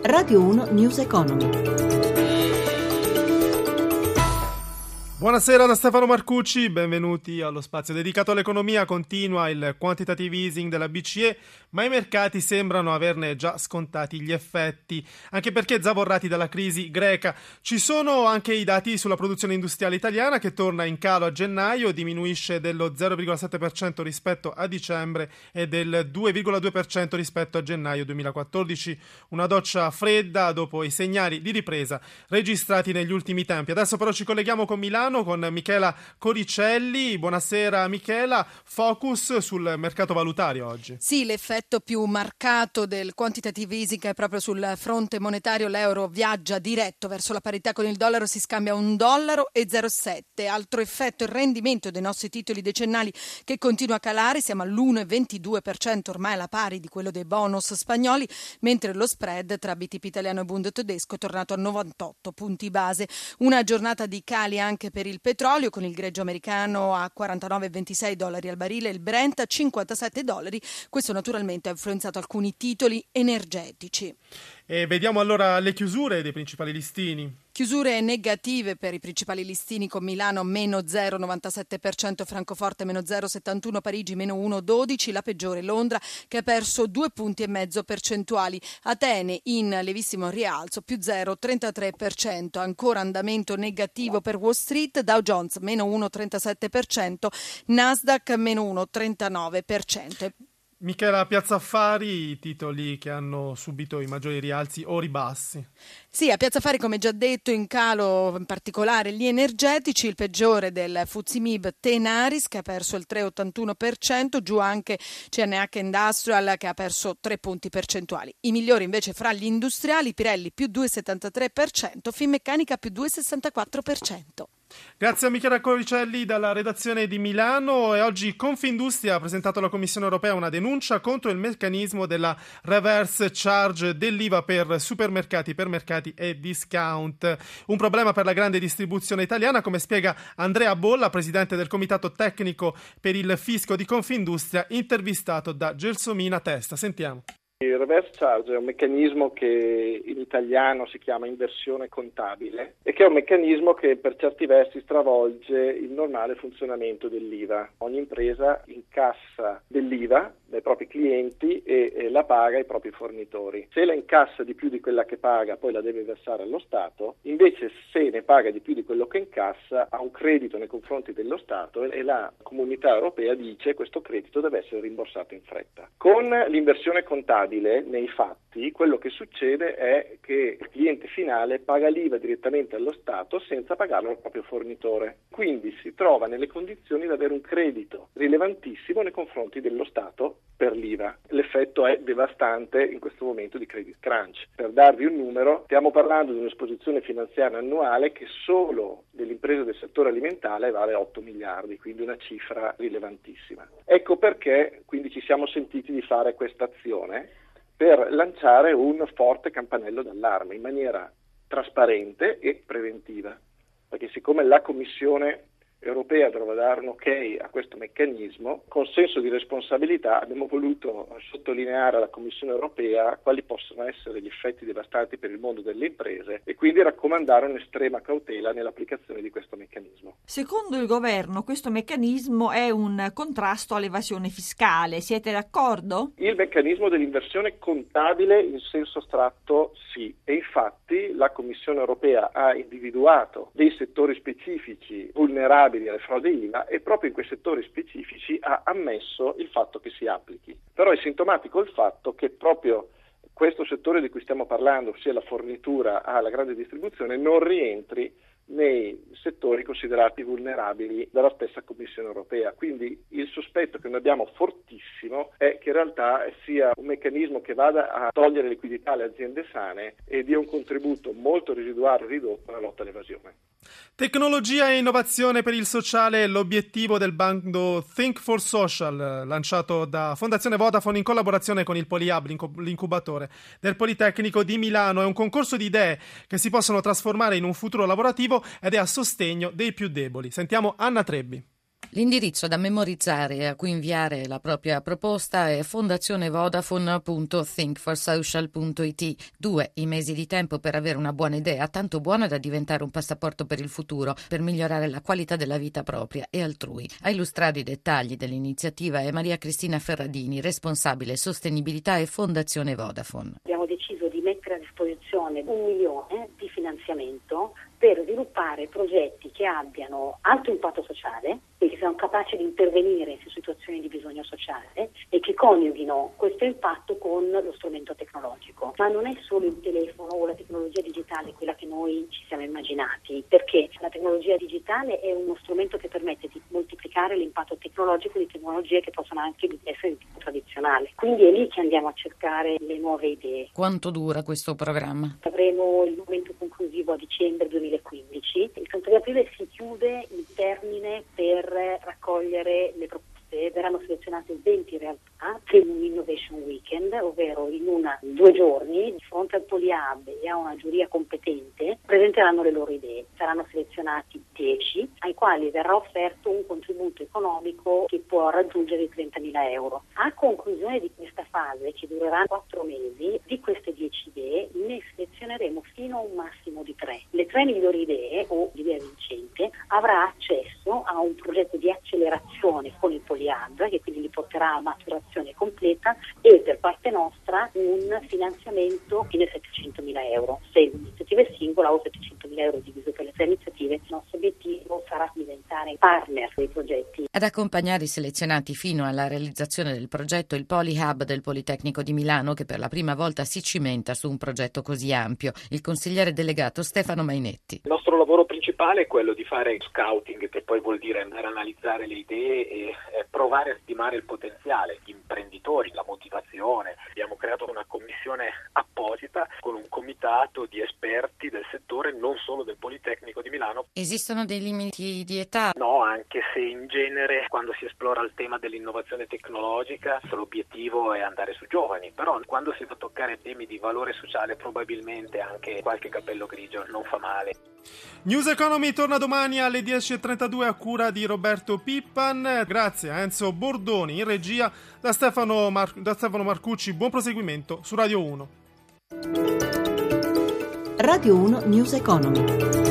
Radio 1 News Economy. Buonasera da Stefano Marcucci, benvenuti allo spazio dedicato all'economia. Continua il quantitative easing della BCE, ma i mercati sembrano averne già scontati gli effetti, anche perché zavorrati dalla crisi greca. Ci sono anche i dati sulla produzione industriale italiana che torna in calo a gennaio, diminuisce dello 0,7% rispetto a dicembre e del 2,2% rispetto a gennaio 2014. Una doccia fredda dopo i segnali di ripresa registrati negli ultimi tempi. Adesso però ci colleghiamo con Milano con Michela Coricelli. Buonasera Michela, focus sul mercato valutario oggi. Sì, l'effetto più marcato del quantitative easing è proprio sul fronte monetario. L'euro viaggia diretto verso la parità con il dollaro, si scambia $1,07. Altro effetto, il rendimento dei nostri titoli decennali che continua a calare, siamo all'1,22% ormai alla pari di quello dei bonus spagnoli, mentre lo spread tra BTP italiano e Bund tedesco è tornato a 98 punti base. Una giornata di cali anche per il petrolio, con il greggio americano a $49,26 al barile, il Brent a $57. Questo naturalmente ha influenzato alcuni titoli energetici. E vediamo allora le chiusure dei principali listini. Chiusure negative per i principali listini, con Milano meno 0,97%, Francoforte meno 0,71%, Parigi meno 1,12%, la peggiore Londra che ha perso 2,5 punti percentuali, Atene in lievissimo rialzo più 0,33%, ancora andamento negativo per Wall Street, Dow Jones meno 1,37%, Nasdaq meno 1,39%. Michela, Piazza Affari, i titoli che hanno subito i maggiori rialzi o ribassi. Sì, a Piazza Affari, come già detto, in calo in particolare gli energetici, il peggiore del FTSE MIB Tenaris che ha perso il 3,81%, giù anche CNH Industrial che ha perso 3 punti percentuali. I migliori invece fra gli industriali, Pirelli più 2,73%, Finmeccanica più 2,64%. Grazie a Michela Coricelli dalla redazione di Milano. E oggi Confindustria ha presentato alla Commissione Europea una denuncia contro il meccanismo della reverse charge dell'IVA per supermercati, ipermercati e discount. Un problema per la grande distribuzione italiana, come spiega Andrea Bolla, presidente del Comitato Tecnico per il Fisco di Confindustria, intervistato da Gelsomina Testa. Sentiamo. Il reverse charge è un meccanismo che in italiano si chiama inversione contabile e che è un meccanismo che per certi versi stravolge il normale funzionamento dell'IVA. Ogni impresa incassa dell'IVA dai propri clienti e la paga ai propri fornitori. Se la incassa di più di quella che paga, poi la deve versare allo Stato. Invece, se ne paga di più di quello che incassa, ha un credito nei confronti dello Stato e la Comunità Europea dice che questo credito deve essere rimborsato in fretta. Con l'inversione contabile, nei fatti, quello che succede è che il cliente finale paga l'IVA direttamente allo Stato senza pagarlo al proprio fornitore. Quindi si trova nelle condizioni di avere un credito rilevantissimo nei confronti dello Stato per l'IVA. L'effetto è devastante in questo momento di credit crunch. Per darvi un numero, stiamo parlando di un'esposizione finanziaria annuale che solo delle imprese del settore alimentare vale 8 miliardi, quindi una cifra rilevantissima. Ecco perché quindi ci siamo sentiti di fare questa azione per lanciare un forte campanello d'allarme in maniera trasparente e preventiva, perché siccome la Commissione Europea dovrà dare un ok a questo meccanismo, con senso di responsabilità abbiamo voluto sottolineare alla Commissione Europea quali possono essere gli effetti devastanti per il mondo delle imprese e quindi raccomandare un'estrema cautela nell'applicazione di questo meccanismo. Secondo il governo questo meccanismo è un contrasto all'evasione fiscale, siete d'accordo? Il meccanismo dell'inversione contabile in senso astratto sì, e infatti la Commissione Europea ha individuato dei settori specifici vulnerabili alle frodi IVA e proprio in quei settori specifici ha ammesso il fatto che si applichi. Però è sintomatico il fatto che proprio questo settore di cui stiamo parlando, ossia la fornitura alla grande distribuzione, non rientri nei settori considerati vulnerabili dalla stessa Commissione Europea. Quindi il sospetto che noi abbiamo fortissimo è che in realtà sia un meccanismo che vada a togliere liquidità alle aziende sane e dia un contributo molto residuale e ridotto alla lotta all'evasione. Tecnologia e innovazione per il sociale è l'obiettivo del bando Think for Social, lanciato da Fondazione Vodafone in collaborazione con il PolyHub, l'incubatore del Politecnico di Milano. È un concorso di idee che si possono trasformare in un futuro lavorativo ed è a sostegno dei più deboli. Sentiamo Anna Trebbi. L'indirizzo da memorizzare e a cui inviare la propria proposta è fondazionevodafone.thinkforsocial.it. 2 i mesi di tempo per avere una buona idea, tanto buona da diventare un passaporto per il futuro, per migliorare la qualità della vita propria e altrui. A illustrare i dettagli dell'iniziativa è Maria Cristina Ferradini, responsabile sostenibilità e Fondazione Vodafone. Abbiamo deciso di mettere a disposizione 1 milione di finanziamento per sviluppare progetti che abbiano alto impatto sociale e che siano capaci di intervenire su situazioni di bisogno sociale e che coniughino questo impatto con lo strumento tecnologico. Ma non è solo il telefono o la tecnologia digitale quella che noi ci siamo immaginati, perché la tecnologia digitale è uno strumento che permette di moltiplicare l'impatto tecnologico di tecnologie che possono anche essere di tipo tradizionale. Quindi è lì che andiamo a cercare le nuove idee. Quanto dura questo programma? Avremo il momento conclusivo a dicembre 2015. Il 30 aprile si chiude il termine per raccogliere le proposte. Verranno selezionate 20 realtà per un Innovation Weekend, ovvero in 2 giorni, di fronte al Polyhub e a una giuria competente, presenteranno le loro idee. Saranno selezionati 10, ai quali verrà offerto un contributo economico che può raggiungere i 30.000 euro. A conclusione di questa fase, che durerà 4 mesi, di queste 10 idee ne selezioneremo fino a un massimo di 3. Le 3 migliori idee, o l'idea vincente, avrà accesso a un progetto di accelerazione con il Polyhub, che quindi li porterà a maturazione completa, e per parte nostra un finanziamento fino a 700.000 euro. Se l'iniziativa è singola o 700.000 euro diviso per le 3 iniziative, il nostro obiettivo sarà diventare partner dei progetti. Ad accompagnare i selezionati fino alla realizzazione del progetto il Polyhub del Politecnico di Milano, che per la prima volta si cimenta su un progetto così ampio. Il consigliere delegato Stefano Mainetti. Il nostro lavoro principale è quello di fare scouting, che poi vuol dire andare a analizzare le idee e provare a stimare il potenziale, gli imprenditori, la motivazione. Abbiamo creato una commissione apposita con un comitato di esperti del settore, non solo del Politecnico di Milano. Esistono dei limiti di età? No, anche se in genere quando si esplora il tema dell'innovazione tecnologica l'obiettivo è andare su giovani, però quando si va a toccare temi di valore sociale probabilmente anche qualche capello grigio non fa male. News Economy torna domani alle 10.32 a cura di Roberto Pippan. Grazie a Enzo Bordoni in regia, da Stefano Marcucci. Buon proseguimento su Radio 1. Radio 1 News Economy.